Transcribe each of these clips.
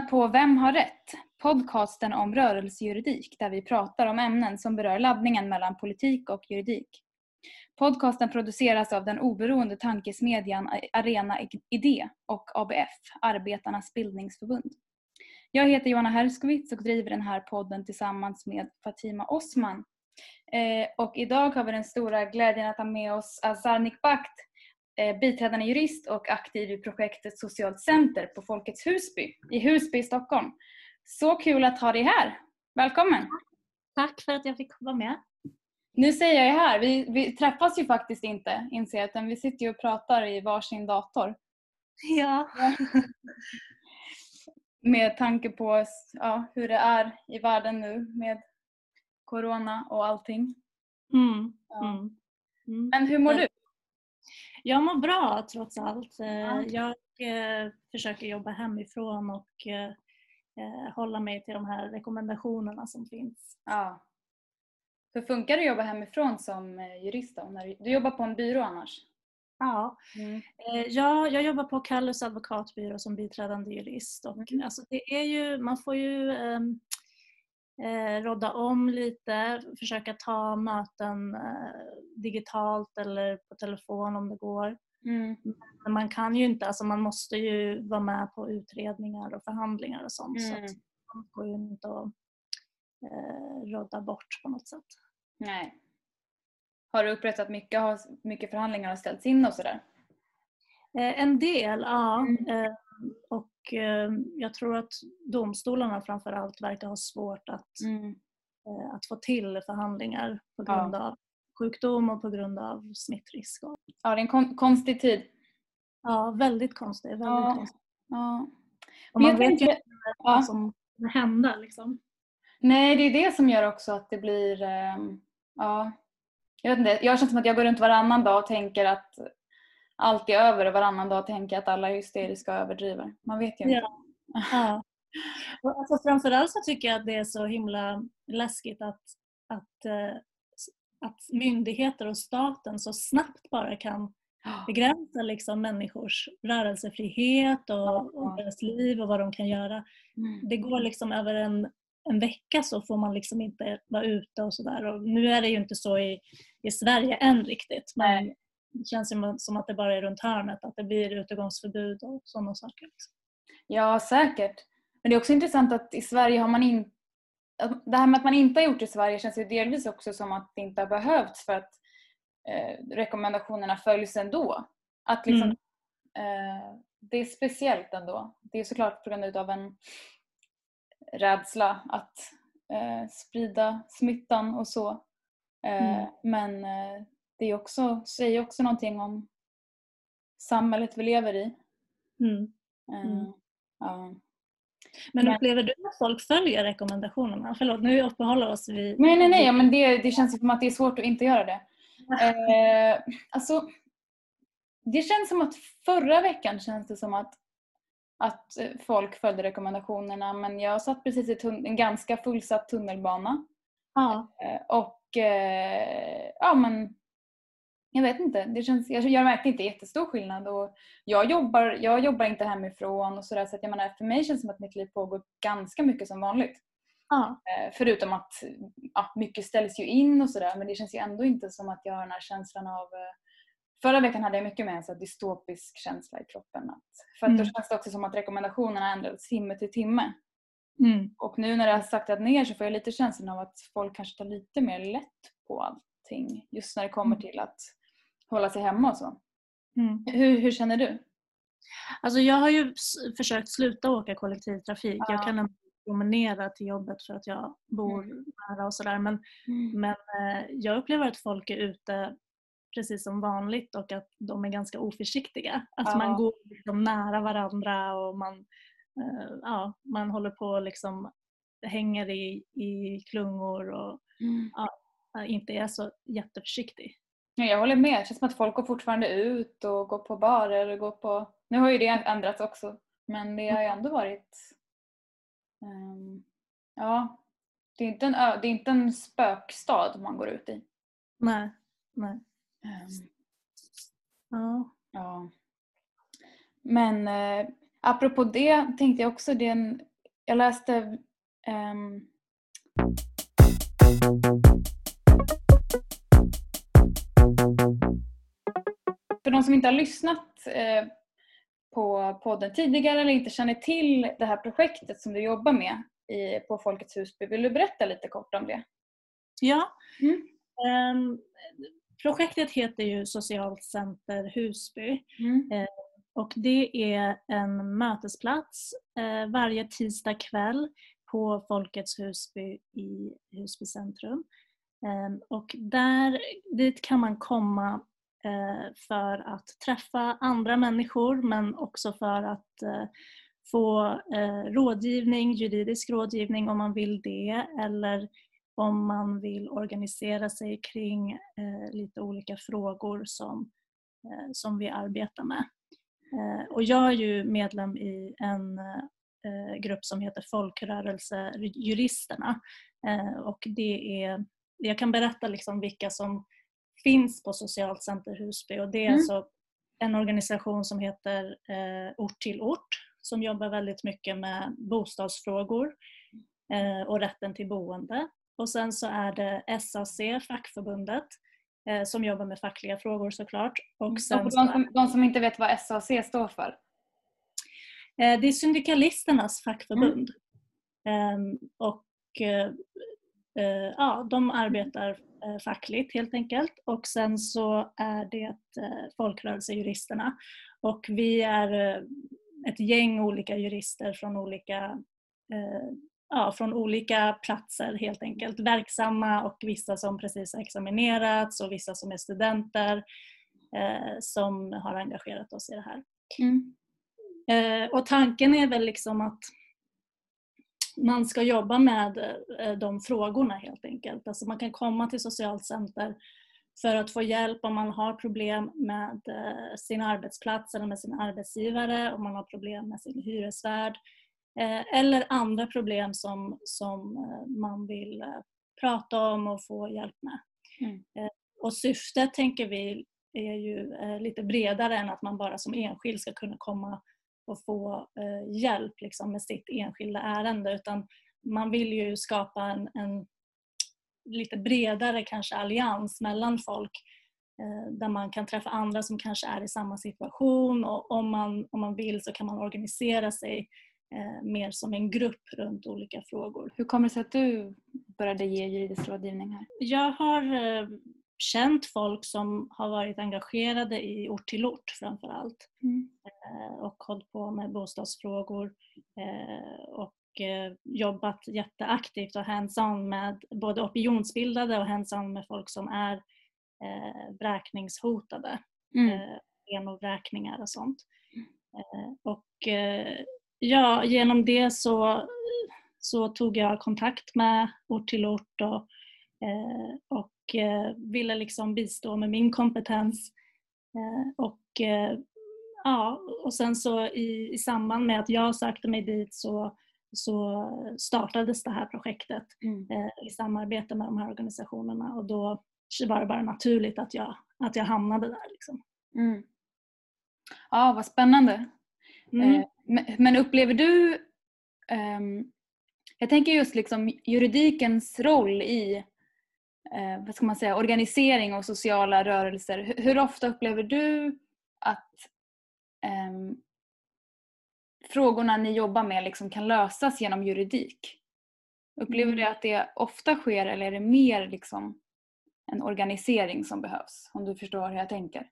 på Vem har rätt? Podcasten om rörelsejuridik där vi pratar om ämnen som berör laddningen mellan politik och juridik. Podcasten produceras av den oberoende tankesmedjan Arena Idé och ABF, Arbetarnas bildningsförbund. Jag heter Johanna Herskowitz och driver den här podden tillsammans med Fatima Osman. Och idag har vi den stora glädjen att ha med oss Azar Nikbakt, biträdande jurist och aktiv i projektet Socialt Center på Folkets Husby i Husby i Stockholm. Så kul att ha dig här. Välkommen! Tack för att jag fick vara med. Nu säger jag här, vi träffas ju faktiskt inte, inser jag, utan vi sitter ju och pratar i varsin dator. Ja. Med tanke på hur det är i världen nu med corona och allting. Men hur mår du? Jag mår bra trots allt. Jag försöker jobba hemifrån och hålla mig till de här rekommendationerna som finns. Ja. Hur funkar det att jobba hemifrån som jurist då? Du jobbar på en byrå annars? Ja, jag jobbar på Kallus advokatbyrå som biträdande jurist. Och alltså det är ju, man får ju rodda om lite, försöka ta möten digitalt eller på telefon om det går. Men man kan ju inte, alltså man måste ju vara med på utredningar och förhandlingar och sånt. Så att man går ju inte att rodda bort på något sätt. Nej. Har du upprättat mycket förhandlingar och ställts in och sådär? En del, ja. Och jag tror att domstolarna framförallt verkar ha svårt att få till förhandlingar på grund av sjukdom och på grund av smittrisk. Ja, det är en konstig tid. Ja, väldigt konstig. Konstig. Ja. Och man vet ju inte vad som kommer hända liksom. Nej, det är det som gör också att det blir... Jag vet inte, jag känner som att jag går runt varannan dag och tänker att allt är över och varannan dag tänker att alla är hysteriska och överdriver. Man vet ju inte. Ja. Och alltså framförallt så tycker jag att det är så himla läskigt att myndigheter och staten så snabbt bara kan begränsa liksom människors rörelsefrihet och deras liv och vad de kan göra. Det går liksom över en vecka så får man liksom inte vara ute och sådär. Och nu är det ju inte så i Sverige än riktigt. Men det känns som att det bara är runt hörnet. Att det blir utegångsförbud och sådana saker. Ja, säkert. Men det är också intressant att i Sverige har man inte... Det här med att man inte har gjort det i Sverige känns ju delvis också som att det inte har behövts för att rekommendationerna följs ändå. Att liksom, det är speciellt ändå. Det är såklart på grund av en rädsla att sprida smittan och så. Men det är också, säger också någonting om samhället vi lever i. Men upplever du att folk följer rekommendationerna? Förlåt, nu uppehåller oss vid... Nej, men det känns som att det är svårt att inte göra det. Alltså, det känns som att förra veckan känns det som att folk följde rekommendationerna, men jag satt precis i en ganska fullsatt tunnelbana. Och men jag vet inte, det känns, jag märkte inte jättestor skillnad och jag jobbar inte hemifrån och sådär, så att jag menar, för mig känns det som att mitt liv pågår ganska mycket som vanligt. Förutom att mycket ställs ju in och sådär, men det känns ju ändå inte som att jag har den här känslan av... Förra veckan hade jag mycket med en så dystopisk känsla i kroppen. För att då känns det också som att rekommendationerna ändrats timme till timme. Och nu när det har saktat ner så får jag lite känslan av att folk kanske tar lite mer lätt på allting. Just när det kommer till att hålla sig hemma och så. Hur känner du? Alltså jag har ju försökt sluta åka kollektivtrafik. Jag kan inte promenera till jobbet för att jag bor nära och sådär. Men jag upplever att folk är ute precis som vanligt och att de är ganska oförsiktiga. Att man går liksom nära varandra och man håller på liksom hänger i klungor och inte är så jätteförsiktig. Ja, jag håller med. Det känns som att folk går fortfarande ut och går på barer och nu har ju det ändrats också. Men det har ju ändå varit... det är inte en spökstad man går ut i. Nej. Men apropå det tänkte jag också, Jag läste för de som inte har lyssnat på podden tidigare eller inte känner till det här projektet som du jobbar med på Folkets Husby. Vill du berätta lite kort om det? Ja. Projektet heter ju Socialt Center Husby. Och det är en mötesplats varje tisdag kväll på Folkets Husby i Husby centrum. Och dit kan man komma för att träffa andra människor, men också för att få rådgivning, juridisk rådgivning om man vill det, eller om man vill organisera sig kring lite olika frågor som vi arbetar med. Och jag är ju medlem i en grupp som heter Folkrörelsejuristerna. Och jag kan berätta liksom vilka som finns på Socialt Center Husby. Och det är alltså en organisation som heter Ort till ort, som jobbar väldigt mycket med bostadsfrågor och rätten till boende. Och sen så är det SAC, fackförbundet, som jobbar med fackliga frågor såklart. Och sen de som inte vet vad SAC står för? Det är syndikalisternas fackförbund. De arbetar fackligt helt enkelt. Och sen så är det folkrörelsejuristerna. Och vi är ett gäng olika jurister från olika platser helt enkelt. Verksamma och vissa som precis har examinerats och vissa som är studenter som har engagerat oss i det här. Och tanken är väl liksom att man ska jobba med de frågorna helt enkelt. Alltså man kan komma till Socialt Center för att få hjälp om man har problem med sin arbetsplats eller med sin arbetsgivare, om man har problem med sin hyresvärd. Eller andra problem som man vill prata om och få hjälp med. Och syftet, tänker vi, är ju lite bredare än att man bara som enskild ska kunna komma och få hjälp liksom, med sitt enskilda ärende. Utan man vill ju skapa en lite bredare kanske allians mellan folk. Där man kan träffa andra som kanske är i samma situation. Och om man vill så kan man organisera sig mer som en grupp runt olika frågor. Hur kommer det sig att du började ge juridisk rådgivning här? Jag har känt folk som har varit engagerade i Ort till ort framförallt. Och hållit på med bostadsfrågor och jobbat jätteaktivt och hands-on med både opinionsbildade och hands-on med folk som är vräkningshotade. Genomvräkningar och sånt. Ja, genom det så tog jag kontakt med Ort till ort och ville liksom bistå med min kompetens. Och sen så i samband med att jag sökte mig dit så startades det här projektet i samarbete med de här organisationerna, och då var det bara naturligt att jag hamnade där liksom. Ja, vad spännande. Men upplever du, jag tänker just liksom juridikens roll i vad ska man säga, organisering och sociala rörelser. Hur ofta upplever du att frågorna ni jobbar med liksom kan lösas genom juridik? Upplever du att det ofta sker, eller är det mer liksom en organisering som behövs? Om du förstår hur jag tänker.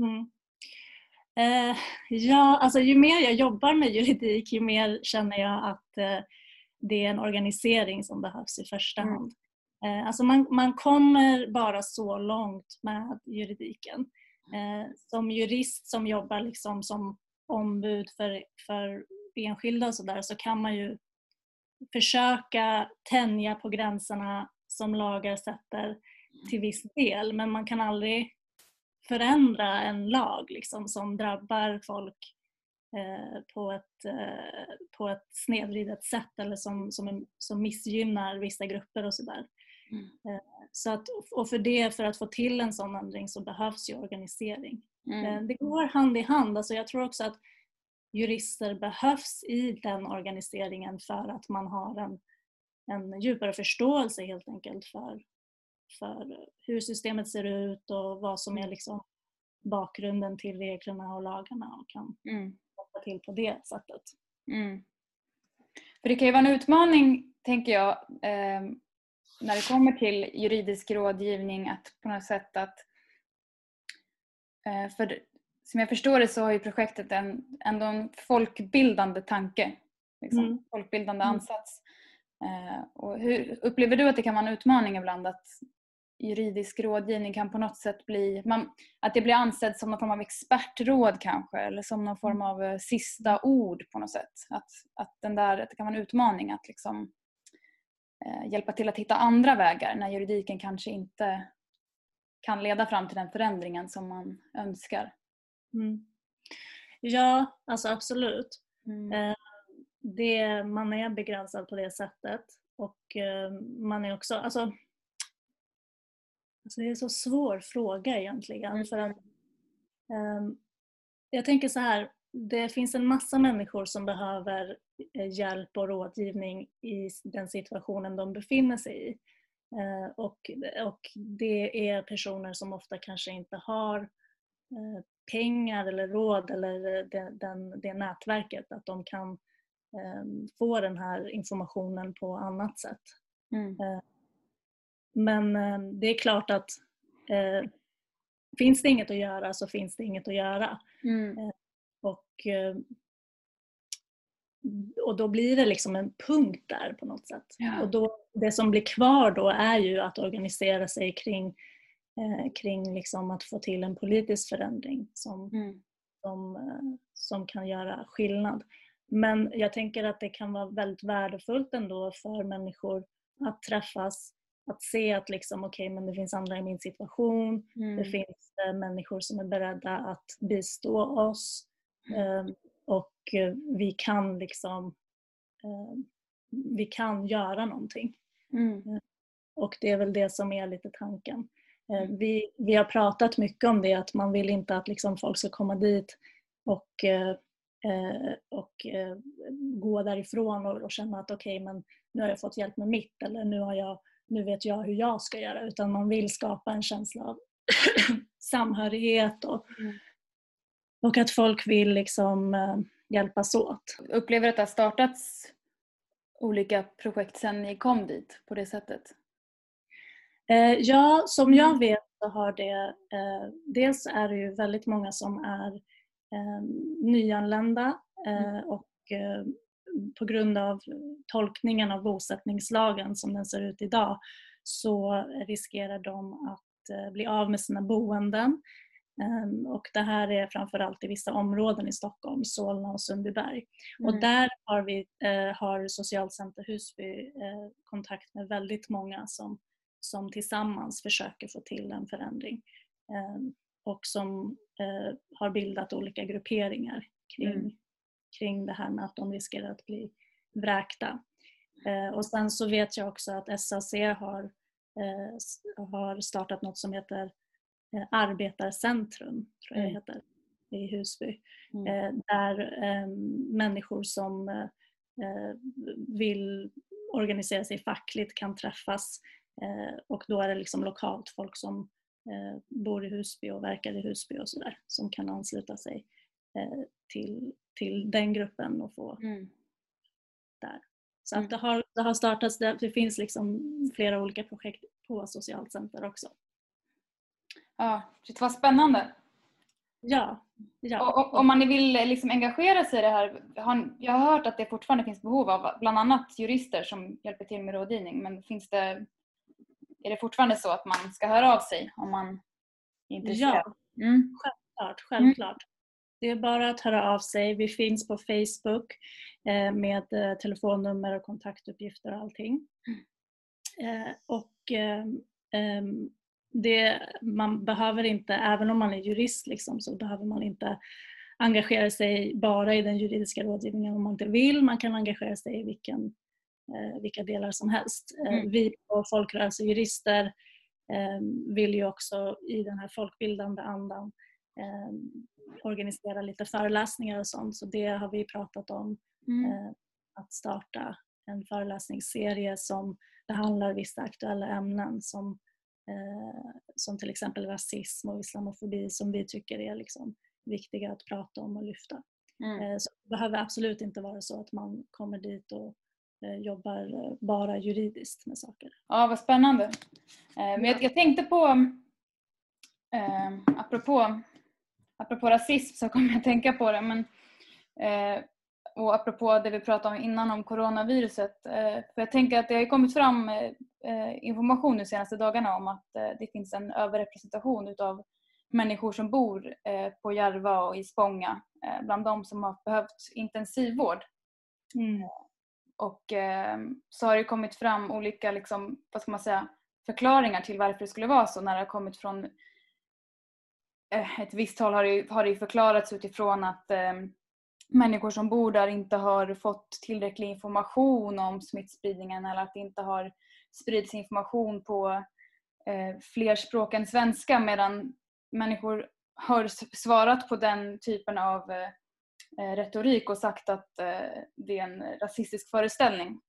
Ja, alltså ju mer jag jobbar med juridik, ju mer känner jag att det är en organisering som behövs i första hand. Alltså man kommer bara så långt med juridiken. Som jurist som jobbar liksom som ombud för enskilda och sådär, så kan man ju försöka tänja på gränserna som lagar sätter till viss del, men man kan aldrig förändra en lag liksom, som drabbar folk på ett snedvridet sätt, eller som missgynnar vissa grupper och sådär. Så att, och för att få till en sån ändring så behövs ju organisering. Det går hand i hand. Alltså jag tror också att jurister behövs i den organiseringen för att man har en djupare förståelse helt enkelt för hur systemet ser ut och vad som är liksom bakgrunden till reglerna och lagarna och kan hjälpa till på det sättet. För det kan ju vara en utmaning, tänker jag, när det kommer till juridisk rådgivning, att på något sätt att för som jag förstår det så har ju projektet ändå en folkbildande tanke, liksom, folkbildande ansats. Och hur upplever du att det kan vara en utmaning ibland att juridisk rådgivning kan på något sätt att det blir ansedd som någon form av expertråd kanske, eller som någon form av sista ord på något sätt, att det kan vara en utmaning att liksom hjälpa till att hitta andra vägar när juridiken kanske inte kan leda fram till den förändringen som man önskar. Ja, alltså absolut. Man är begränsad på det sättet, och man är också, alltså det är en så svår fråga egentligen, för att jag tänker så här, det finns en massa människor som behöver hjälp och rådgivning i den situationen de befinner sig i. Och det är personer som ofta kanske inte har pengar eller råd eller det nätverket, att de kan få den här informationen på annat sätt. Men det är klart att finns det inget att göra så finns det inget att göra. Och då blir det liksom en punkt där på något sätt. Ja. Och då, det som blir kvar då är ju att organisera sig kring liksom att få till en politisk förändring som kan göra skillnad. Men jag tänker att det kan vara väldigt värdefullt ändå för människor att träffas, att se att liksom, okej, men det finns andra i min situation. Det finns människor som är beredda att bistå oss. Och vi kan liksom vi kan göra någonting. Och det är väl det som är lite tanken. Vi har pratat mycket om det, att man vill inte att liksom folk ska komma dit och gå därifrån och känna att okej, men nu har jag fått hjälp med mitt, eller nu vet jag hur jag ska göra, utan man vill skapa en känsla av samhörighet och att folk vill liksom hjälpas åt. Upplever att det har startats olika projekt sedan ni kom dit på det sättet? Ja, som jag vet så har det, dels är det ju väldigt många som är nyanlända och på grund av tolkningen av bosättningslagen som den ser ut idag, så riskerar de att bli av med sina boenden. Och det här är framförallt i vissa områden i Stockholm, Solna och Sundbyberg. Och där har Socialcenter Husby kontakt med väldigt många som tillsammans försöker få till en förändring. Och som har bildat olika grupperingar kring det här med att de riskerar att bli vräkta. Och sen så vet jag också att SAC har startat något som heter Arbetarcentrum, tror jag det heter, i Husby. Där människor som vill organisera sig fackligt kan träffas. Och då är det liksom lokalt folk som bor i Husby och verkar i Husby och sådär, som kan ansluta sig till den gruppen och få där. Så att det har startats, det finns liksom flera olika projekt på Socialcenter också. Ja, det var spännande. Ja. Och om man vill liksom engagera sig i det här, jag har hört att det fortfarande finns behov av bland annat jurister som hjälper till med rådgivning, men är det fortfarande så att man ska höra av sig om man är intresserad? Ja, självklart. Det är bara att höra av sig. Vi finns på Facebook med telefonnummer och kontaktuppgifter och allting. Man behöver inte, även om man är jurist liksom, så behöver man inte engagera sig bara i den juridiska rådgivningen om man inte vill. Man kan engagera sig i vilka delar som helst. Vi på folkrörelsejurister vill ju också i den här folkbildande andan organisera lite föreläsningar och sånt. Så det har vi pratat om. Att starta en föreläsningsserie som behandlar vissa aktuella ämnen som till exempel rasism och islamofobi som vi tycker är liksom viktiga att prata om och lyfta. Så det behöver absolut inte vara så att man kommer dit och jobbar bara juridiskt med saker. Ja, vad spännande. Men jag tänkte på apropå rasism så kommer jag att tänka på det. Men, och apropå det vi pratade om innan om coronaviruset. För jag tänker att det har kommit fram information de senaste dagarna om att det finns en överrepresentation utav människor som bor på Järva och i Spånga. Bland de som har behövt intensivvård. Och så har det kommit fram olika liksom, vad ska man säga, förklaringar till varför det skulle vara så. När det har kommit från ett visst håll har det förklarats utifrån att människor som bor där inte har fått tillräcklig information om smittspridningen eller att det inte har spridits information på fler språk än svenska, medan människor har svarat på den typen av retorik och sagt att det är en rasistisk föreställning.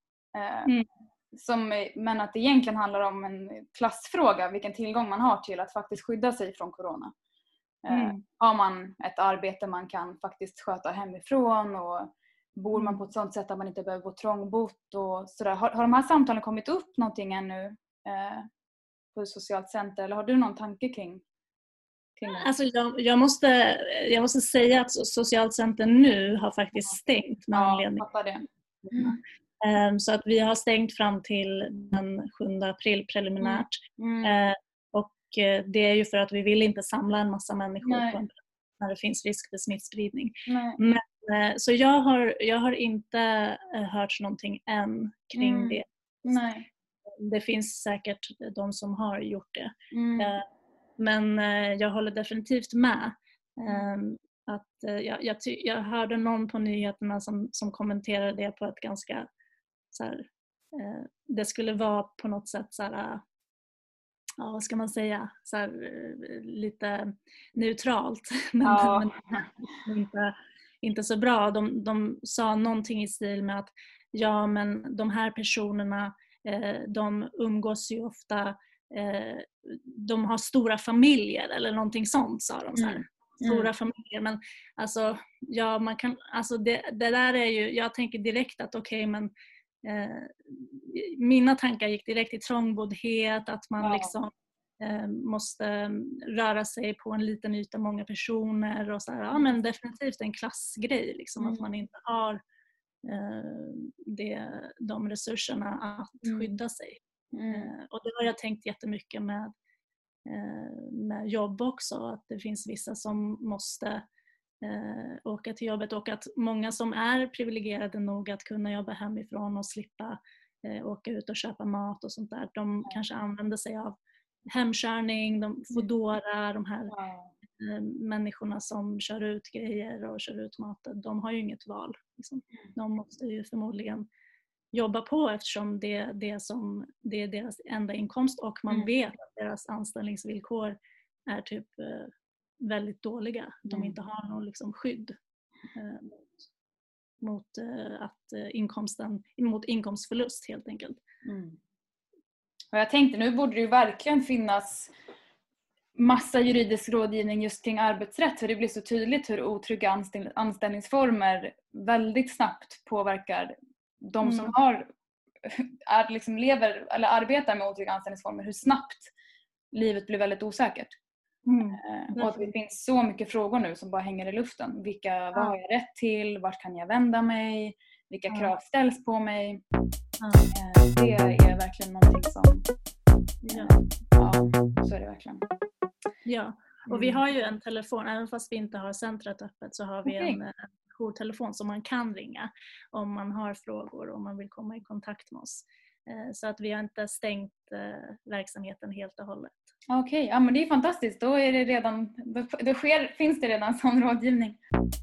Men att det egentligen handlar om en klassfråga, vilken tillgång man har till att faktiskt skydda sig från corona. Har man ett arbete man kan faktiskt sköta hemifrån och bor man på ett sådant sätt att man inte behöver bo trångbott och sådär. Har de här samtalen kommit upp någonting ännu på socialt center, eller har du någon tanke kring det? Alltså jag måste säga att socialt center nu har faktiskt stängt med anledning. Så att vi har stängt fram till den 7 april preliminärt. Och det är ju för att vi vill inte samla en massa människor när det finns risk för smittspridning. Men, så jag har inte hört någonting än kring det. Det finsk säkert de som har gjort det. Men jag håller definitivt med. Att jag hörde någon på nyheterna som kommenterade det på ett ganska så här, det skulle vara på något sätt så här, vad ska man säga, så här, lite neutralt men inte så bra. De sa någonting i stil med att men de här personerna de umgås ju ofta, de har stora familjer eller någonting sånt, sa de så här. Stora familjer, men alltså man kan, alltså det där är ju, jag tänker direkt att men mina tankar gick direkt till trångboddhet, att man liksom måste röra sig på en liten yta, många personer och så här, men definitivt en klassgrej liksom, att man inte har de resurserna att skydda sig. Och det har jag tänkt jättemycket med jobb också, att det finns vissa som måste åka till jobbet och att många som är privilegierade nog att kunna jobba hemifrån och slippa åka ut och köpa mat och sånt där, de kanske använder sig av hemkörning, de Foodora, de här människorna som kör ut grejer och kör ut maten, de har ju inget val liksom. De måste ju förmodligen jobba på eftersom det är deras enda inkomst och man vet att deras anställningsvillkor är typ väldigt dåliga. De inte har någon liksom skydd mot inkomstförlust helt enkelt. Och jag tänkte, nu borde det ju verkligen finnas massa juridisk rådgivning just kring arbetsrätt, för det blir så tydligt hur otrygga anställningsformer väldigt snabbt påverkar de som lever eller arbetar med otrygga anställningsformer, hur snabbt livet blir väldigt osäkert. Och att det finns så mycket frågor nu som bara hänger i luften. Vad har jag rätt till? Vart kan jag vända mig? Vilka krav ställs på mig? Det är verkligen någonting som... så är det verkligen. Ja, och vi har ju en telefon, även fast vi inte har centret öppet så har vi en jourtelefon som man kan ringa om man har frågor och om man vill komma i kontakt med oss. Så att vi har inte stängt verksamheten helt och hållet. Okej, ja, men det är fantastiskt. Då är det redan, finns det redan sån rådgivning.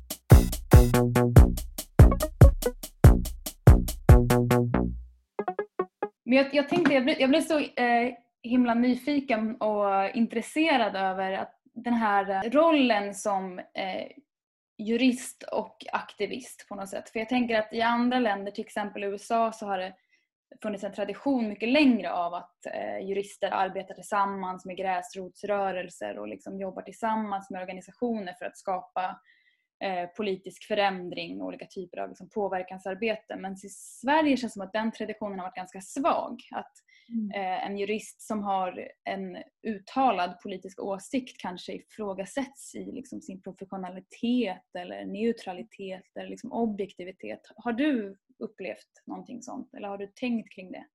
Men jag tänkte, jag blev så himla nyfiken och intresserad över att den här rollen som jurist och aktivist på något sätt. För jag tänker att i andra länder, till exempel i USA, så har det funnits en tradition mycket längre av att jurister arbetar tillsammans med gräsrotsrörelser och liksom jobbar tillsammans med organisationer för att skapa politisk förändring och olika typer av liksom påverkansarbete. Men i Sverige känns det som att den traditionen har varit ganska svag. Att en jurist som har en uttalad politisk åsikt kanske ifrågasätts i liksom sin professionalitet eller neutralitet eller liksom objektivitet. Har du upplevt någonting sånt eller har du tänkt kring det?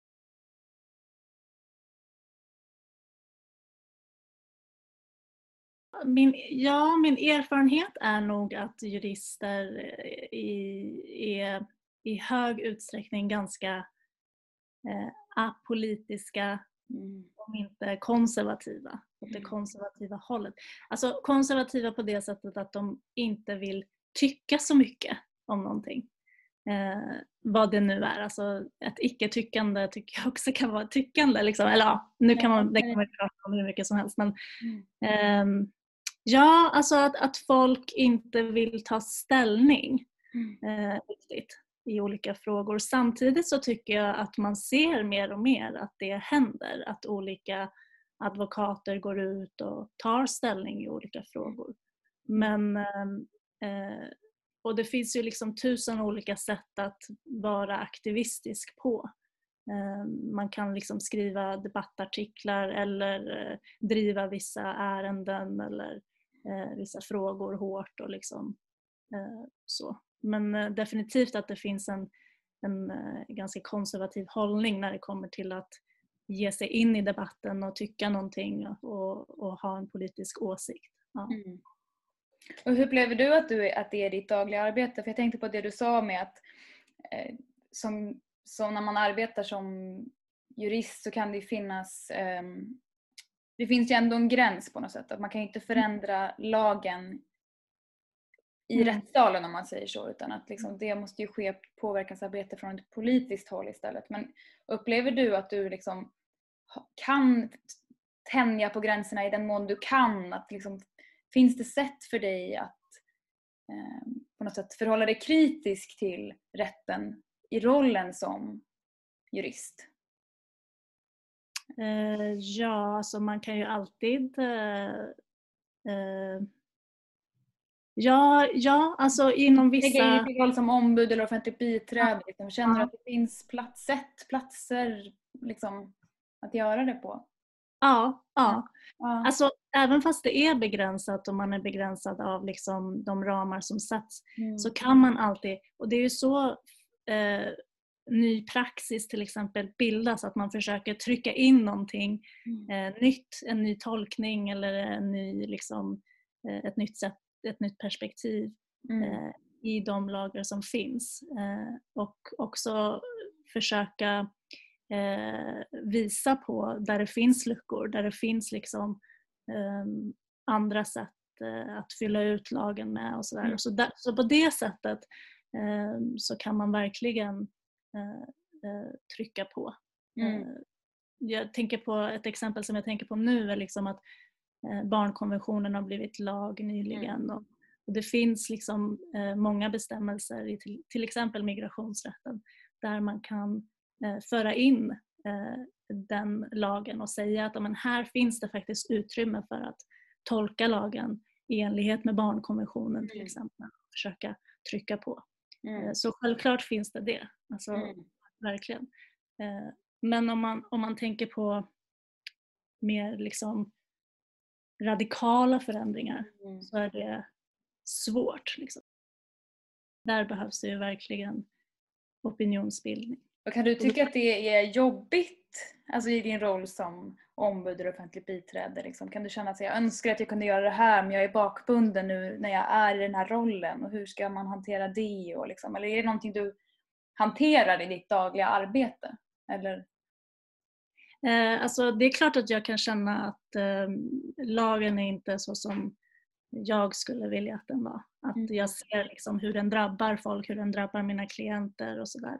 Min erfarenhet är nog att jurister är i hög utsträckning ganska apolitiska, om inte konservativa, åt det konservativa hållet. Alltså konservativa på det sättet att de inte vill tycka så mycket om någonting. Vad det nu är. Alltså ett icke-tyckande tycker jag också kan vara tyckande. Liksom. Eller ja, det kan man prata om hur mycket som helst. Men, ja, alltså att folk inte vill ta ställning riktigt i olika frågor. Samtidigt så tycker jag att man ser mer och mer att det händer. Att olika advokater går ut och tar ställning i olika frågor. Men och det finns ju liksom 1000 olika sätt att vara aktivistisk på. Man kan liksom skriva debattartiklar eller driva vissa ärenden eller vissa frågor hårt och liksom så. Men definitivt att det finns en ganska konservativ hållning när det kommer till att ge sig in i debatten och tycka någonting och ha en politisk åsikt. Ja. Och hur upplever du att det är ditt dagliga arbete? För jag tänkte på det du sa med att som när man arbetar som jurist så kan det finnas det finns ju ändå en gräns på något sätt. Att man kan inte förändra lagen i rättssalen om man säger så, utan att liksom, det måste ju ske påverkansarbete från ett politiskt håll istället. Men upplever du att du liksom kan tänja på gränserna i den mån du kan? Att liksom, finns det sätt för dig att på något sätt förhålla dig kritisk till rätten i rollen som jurist? Ja, alltså man kan ju alltid ja, alltså inom vissa... I roll som ombud eller offentligt biträde, liksom, känner du att det finns platser liksom, att göra det på? Ja. Alltså även fast det är begränsat och man är begränsad av liksom de ramar som sätts så kan man alltid, och det är ju så ny praxis till exempel bildas, att man försöker trycka in någonting nytt, en ny tolkning eller en ny, liksom, ett nytt sätt, ett nytt perspektiv i de lagar som finns. Och också försöka visa på där det finns luckor, där det finns liksom andra sätt att fylla ut lagen med och sådär. Så på det sättet så kan man verkligen trycka på. Jag tänker på ett exempel som jag tänker på nu är liksom att barnkonventionen har blivit lag nyligen och det finns liksom många bestämmelser i till exempel migrationsrätten där man kan föra in den lagen och säga att men här finns det faktiskt utrymme för att tolka lagen i enlighet med barnkonventionen till exempel och försöka trycka på. Så självklart finns det. Alltså, verkligen. Men om man tänker på mer liksom radikala förändringar så är det svårt. Liksom. Där behövs det ju verkligen opinionsbildning. Och kan du tycka att det är jobbigt, alltså i din roll som ombud eller offentligt biträde? Liksom? Kan du känna att jag önskar att jag kunde göra det här, men jag är bakbunden nu när jag är i den här rollen? Och hur ska man hantera det? Och liksom, eller är det någonting du hanterar i ditt dagliga arbete? Eller? Alltså det är klart att jag kan känna att lagen är inte så som jag skulle vilja att den var. Att jag ser liksom hur den drabbar folk, hur den drabbar mina klienter och sådär.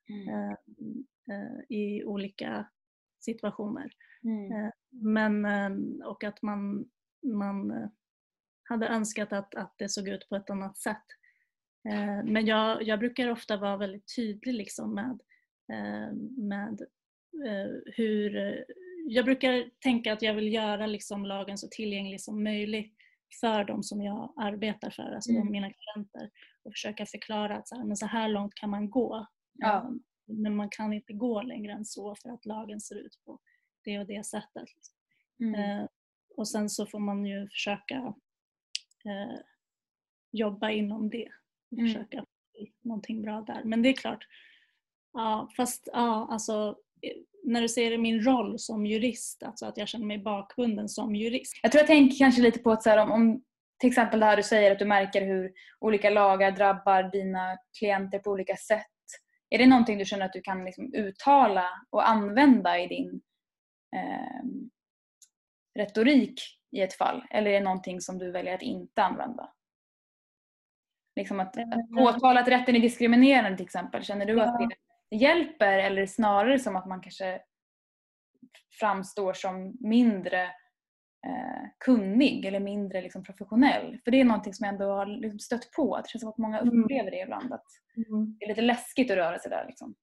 I olika situationer. Men, och att man man hade önskat att det såg ut på ett annat sätt. Men jag brukar ofta vara väldigt tydlig liksom med hur... Jag brukar tänka att jag vill göra liksom lagen så tillgänglig som möjligt för de som jag arbetar för, alltså mina klienter, och försöka förklara att så här långt kan man gå. Ja. Men man kan inte gå längre än så för att lagen ser ut på det och det sättet. Och sen så får man ju försöka jobba inom det och försöka få någonting bra där. Men det är klart, alltså när du ser min roll som jurist, alltså att jag känner mig bakbunden som jurist. Jag tror jag tänker kanske lite på att så här, om till exempel det här du säger att du märker hur olika lagar drabbar dina klienter på olika sätt. Är det någonting du känner att du kan liksom uttala och använda i din retorik i ett fall? Eller är det någonting som du väljer att inte använda? Liksom att påtala att rätten är diskriminerande till exempel. Känner du att det hjälper, eller snarare som att man kanske framstår som mindre kunnig eller mindre liksom professionell? För det är någonting som jag ändå har liksom stött på. Det känns som att många upplever det ibland. Att det är lite läskigt att röra sig där. Liksom.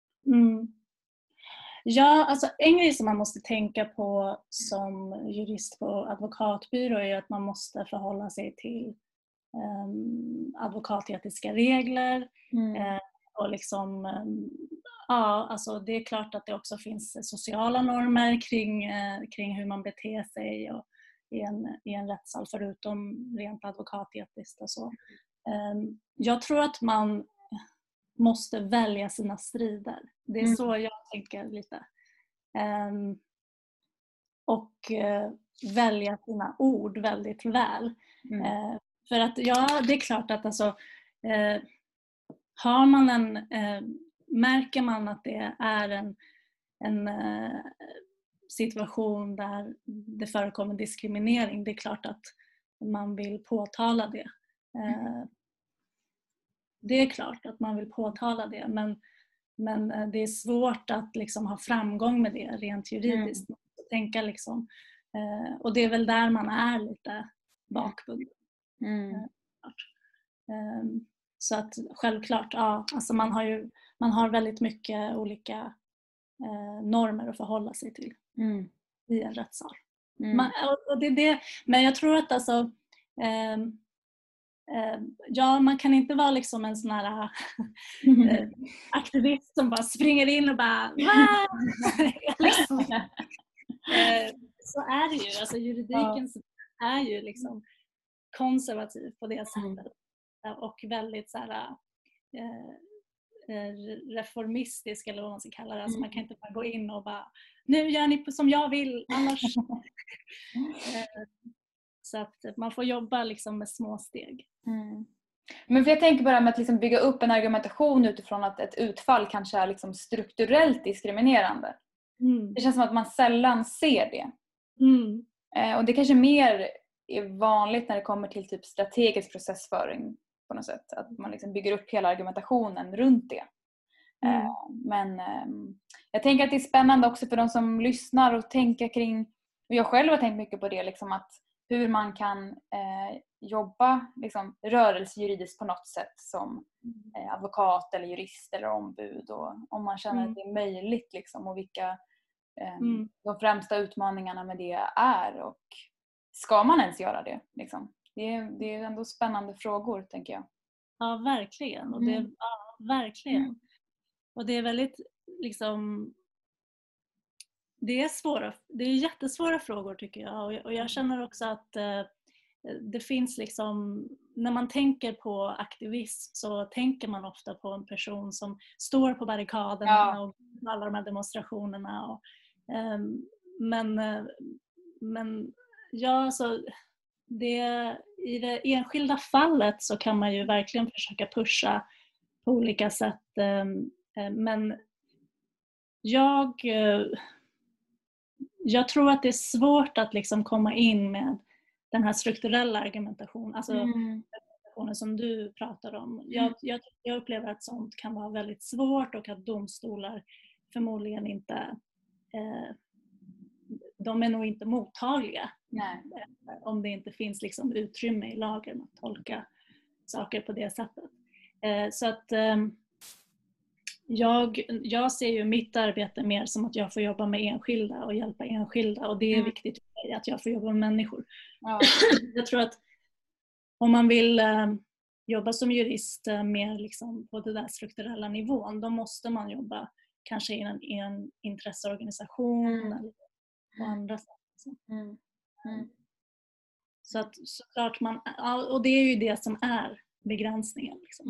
Ja, alltså en grej som man måste tänka på som jurist på advokatbyrå är att man måste förhålla sig till advokatetiska regler. Och liksom, alltså det är klart att det också finns sociala normer kring hur man beter sig och i en rättssal, förutom rent advokatetiskt och så. Jag tror att man måste välja sina strider. Det är så jag tänker lite. Och välja sina ord väldigt väl. För att det är klart att alltså, har man märker man att det är en situation där det förekommer diskriminering, det är klart att man vill påtala det. Det är klart att man vill påtala det, men det är svårt att liksom ha framgång med det rent juridiskt. Tänka liksom, och det är väl där man är lite bakbunden. Så att självklart, alltså man har väldigt mycket olika normer att förhålla sig till i en rättssal. Och det är det, men jag tror att alltså, man kan inte vara liksom en sån här aktivist som bara springer in och bara liksom. Så är det ju, alltså juridiken är ju liksom konservativ på det sättet. Och väldigt så här, reformistisk eller vad man ska kalla det. Alltså man kan inte bara gå in och bara, nu gör ni som jag vill, annars. Så att man får jobba liksom med små steg. Men för jag tänker bara med att liksom bygga upp en argumentation utifrån att ett utfall kanske är liksom strukturellt diskriminerande. Det känns som att man sällan ser det. Och det kanske mer är vanligt när det kommer till typ strategisk processföring på något sätt. Att man liksom bygger upp hela argumentationen runt det. Men jag tänker att det är spännande också för de som lyssnar och tänker kring, och jag själv har tänkt mycket på det, liksom att hur man kan jobba liksom, rörelsejuridiskt på något sätt som advokat eller jurist eller ombud, och om man känner att det är möjligt liksom, och vilka de främsta utmaningarna med det är, och ska man ens göra det liksom? Det är ändå spännande frågor, tänker jag. Ja, verkligen. Och verkligen. Och det är väldigt liksom, det är jättesvåra frågor tycker jag, och jag känner också att det finns liksom, när man tänker på aktivism så tänker man ofta på en person som står på barrikaderna och alla de här demonstrationerna och, men ja, så i det enskilda fallet så kan man ju verkligen försöka pusha på olika sätt, men jag tror att det är svårt att liksom komma in med den här strukturella argumentationen, alltså argumentationen som du pratar om. Jag upplever att sånt kan vara väldigt svårt, och att domstolar förmodligen inte, de är nog inte mottagliga Nej. Om det inte finns liksom utrymme i lagen att tolka saker på det sättet. Så att jag ser ju mitt arbete mer som att jag får jobba med enskilda och hjälpa enskilda, och det är viktigt för mig att jag får jobba med människor. Ja. Jag tror att om man vill jobba som jurist mer liksom på den där strukturella nivån, då måste man jobba kanske i en intresseorganisation eller på andra sätt. Så att såklart och det är ju det som är begränsningen. Liksom.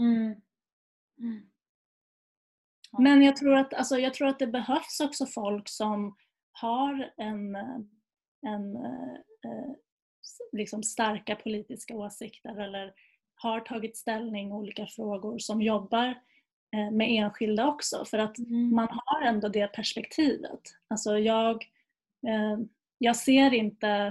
Men jag tror att det behövs också folk som har liksom starka politiska åsikter eller har tagit ställning i olika frågor, som jobbar med enskilda också, för att man har ändå det perspektivet. Alltså jag ser inte,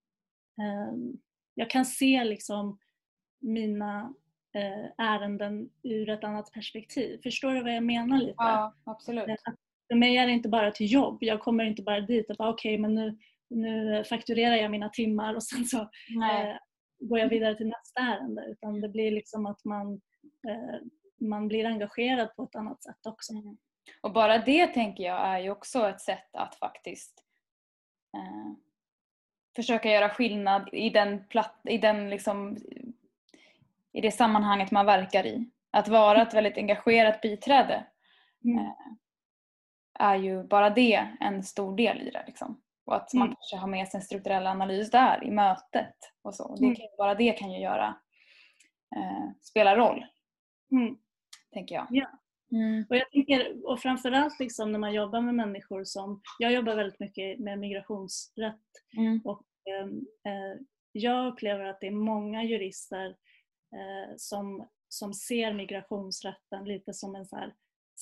jag kan se liksom mina ärenden ur ett annat perspektiv. Förstår du vad jag menar lite? Ja, absolut. För mig är det inte bara till jobb. Jag kommer inte bara dit och bara okej, men nu fakturerar jag mina timmar och sen så går jag vidare till nästa ärende. Utan det blir liksom att man blir engagerad på ett annat sätt också. Och bara det tänker jag är ju också ett sätt att faktiskt försöka göra skillnad i det sammanhanget man verkar i. Att vara ett väldigt engagerat biträde är ju bara det en stor del i det. Liksom. Och att man kanske har med sig en strukturell analys där i mötet. Och så. Bara det kan ju göra spela roll. Tänker jag. Ja. Och jag tänker, och framförallt liksom när man jobbar med människor som, jag jobbar väldigt mycket med migrationsrätt och jag upplever att det är många jurister som ser migrationsrätten lite som en så här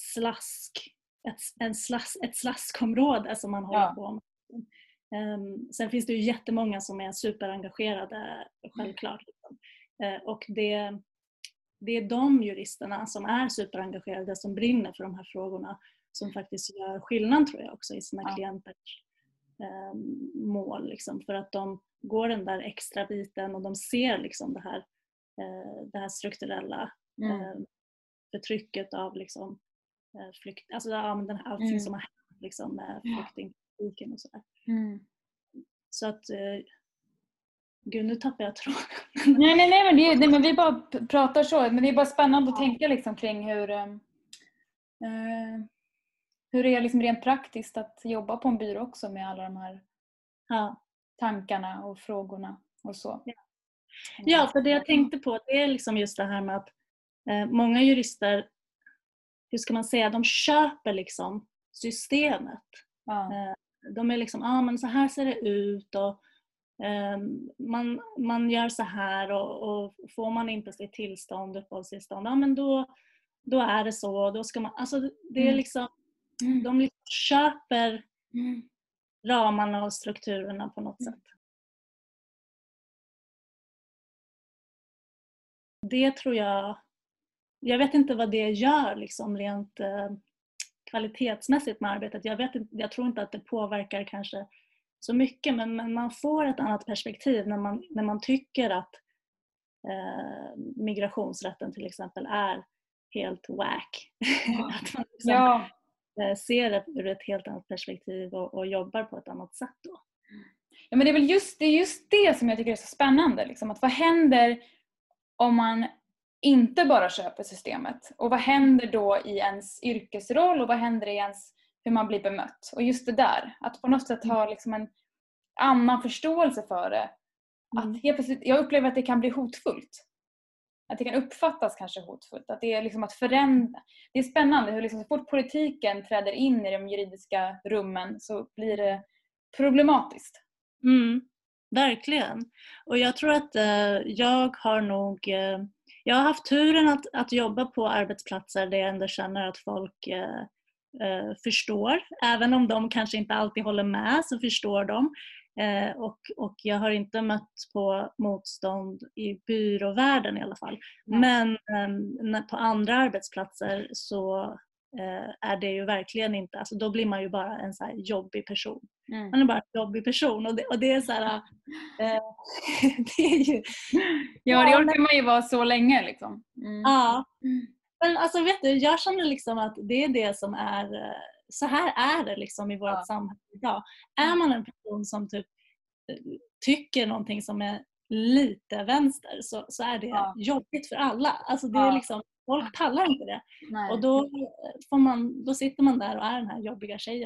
ett slaskområde som man håller på med. Sen finns det ju jättemånga som är superengagerade, självklart. Och det är de juristerna som är superengagerade, som brinner för de här frågorna, som faktiskt gör skillnad, tror jag, också i sina klienters mål. Liksom, för att de går den där extra biten och de ser liksom det här strukturella förtrycket av liksom, allting som har hänt liksom, med flyktingpolitiken och sådär. Så att gud, nu tappar jag tråden. Nej, men vi bara pratar så. Men det är bara spännande att tänka liksom kring hur det är liksom rent praktiskt att jobba på en byrå också med alla de här tankarna och frågorna och så. Ja, för det jag tänkte på, det är liksom just det här med att många jurister, hur ska man säga, de köper liksom systemet. De är liksom, men så här ser det ut och man gör så här och får man inte sitt tillstånd, uppehållstillstånd, men då är det så, då ska man, alltså det är liksom, de liksom köper ramarna och strukturerna på något sätt. Det tror jag vet inte vad det gör liksom rent kvalitetsmässigt med arbetet. Jag tror inte att det påverkar kanske så mycket, men man får ett annat perspektiv när man tycker att migrationsrätten till exempel är helt whack. Att man liksom ser det ur ett helt annat perspektiv och jobbar på ett annat sätt då. Ja, men det är just det som jag tycker är så spännande. Liksom, att vad händer om man inte bara köper systemet? Och vad händer då i ens yrkesroll och vad händer i ens hur man blir bemött? Och just det där, att på något sätt ha liksom en annan förståelse för det. Jag upplever att det kan bli hotfullt. Att det kan uppfattas kanske hotfullt. Att det är liksom att förändra. Det är spännande hur liksom så fort politiken träder in i de juridiska rummen så blir det problematiskt. Verkligen. Och jag tror att jag har haft turen att jobba på arbetsplatser där jag ändå känner att folk förstår. Även om de kanske inte alltid håller med, så förstår de. Och jag har inte mött på motstånd i byråvärlden i alla fall. Men på andra arbetsplatser så är det ju verkligen inte, alltså då blir man ju bara en så här jobbig person. Man är bara en jobbig person och det är så här, det är ju... Ja, det orkar man ju vara så länge liksom. Ja. Men alltså vet du, jag känner liksom att det är det som är, så här är det liksom i vårt samhälle idag. Är man en person som typ tycker någonting som är lite vänster så är det jobbigt för alla. Alltså det är liksom, folk pallar inte det. Nej. Och då sitter man där och är den här jobbiga tjejen.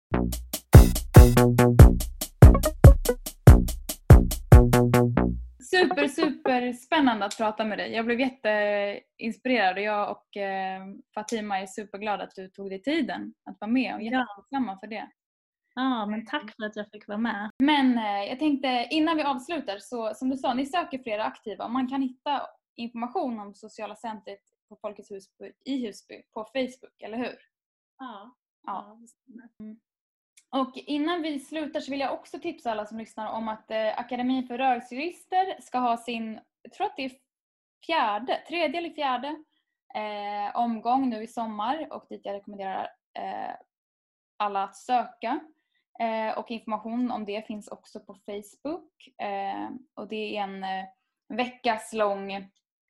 Super spännande att prata med dig. Jag blev jätteinspirerad och jag och Fatima är superglada att du tog dig tiden att vara med och jättetacksamma för det. Ja, men tack för att jag fick vara med. Men jag tänkte innan vi avslutar, så som du sa, ni söker flera aktiva. Man kan hitta information om sociala centret på Folkets hus i Husby på Facebook, eller hur? Ja. Och innan vi slutar så vill jag också tipsa alla som lyssnar om att Akademin för rörelsejurister ska ha sin, jag tror att det är tredje eller fjärde omgång nu i sommar, och dit jag rekommenderar alla att söka. Och information om det finns också på Facebook. Och det är en veckas lång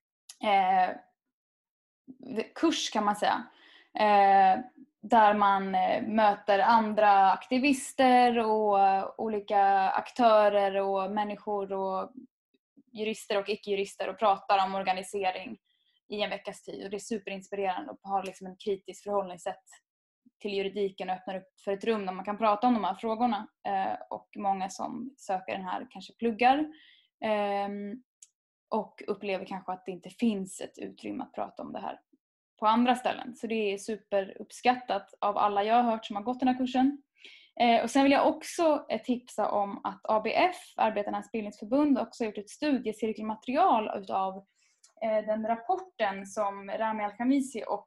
kurs kan man säga. Där man möter andra aktivister och olika aktörer och människor och jurister och icke-jurister och pratar om organisering i en veckas tid. Och det är superinspirerande och har liksom en kritisk förhållningssätt till juridiken och öppnar upp för ett rum där man kan prata om de här frågorna. Och många som söker den här kanske pluggar och upplever kanske att det inte finns ett utrymme att prata om det här på andra ställen. Så det är superuppskattat av alla jag har hört som har gått den här kursen. Och sen vill jag också tipsa om att ABF, Arbetarnas bildningsförbund, också har gjort ett studiecirkelmaterial utav den rapporten som Rami Al-Khamisi och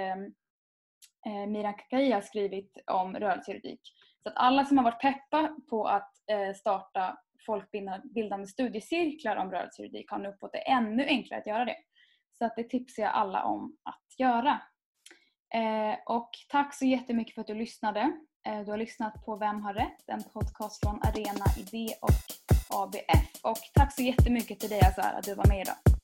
Miran Kakai har skrivit om rörelsejuridik. Så att alla som har varit peppa på att starta folkbildande studiecirklar om rörelsejuridik har nu fått det ännu enklare att göra det. Så att det tipsar jag alla om att göra. Och tack så jättemycket för att du lyssnade. Du har lyssnat på Vem har rätt? En podcast från Arena Idé och ABF. Och tack så jättemycket till dig Azara att du var med idag.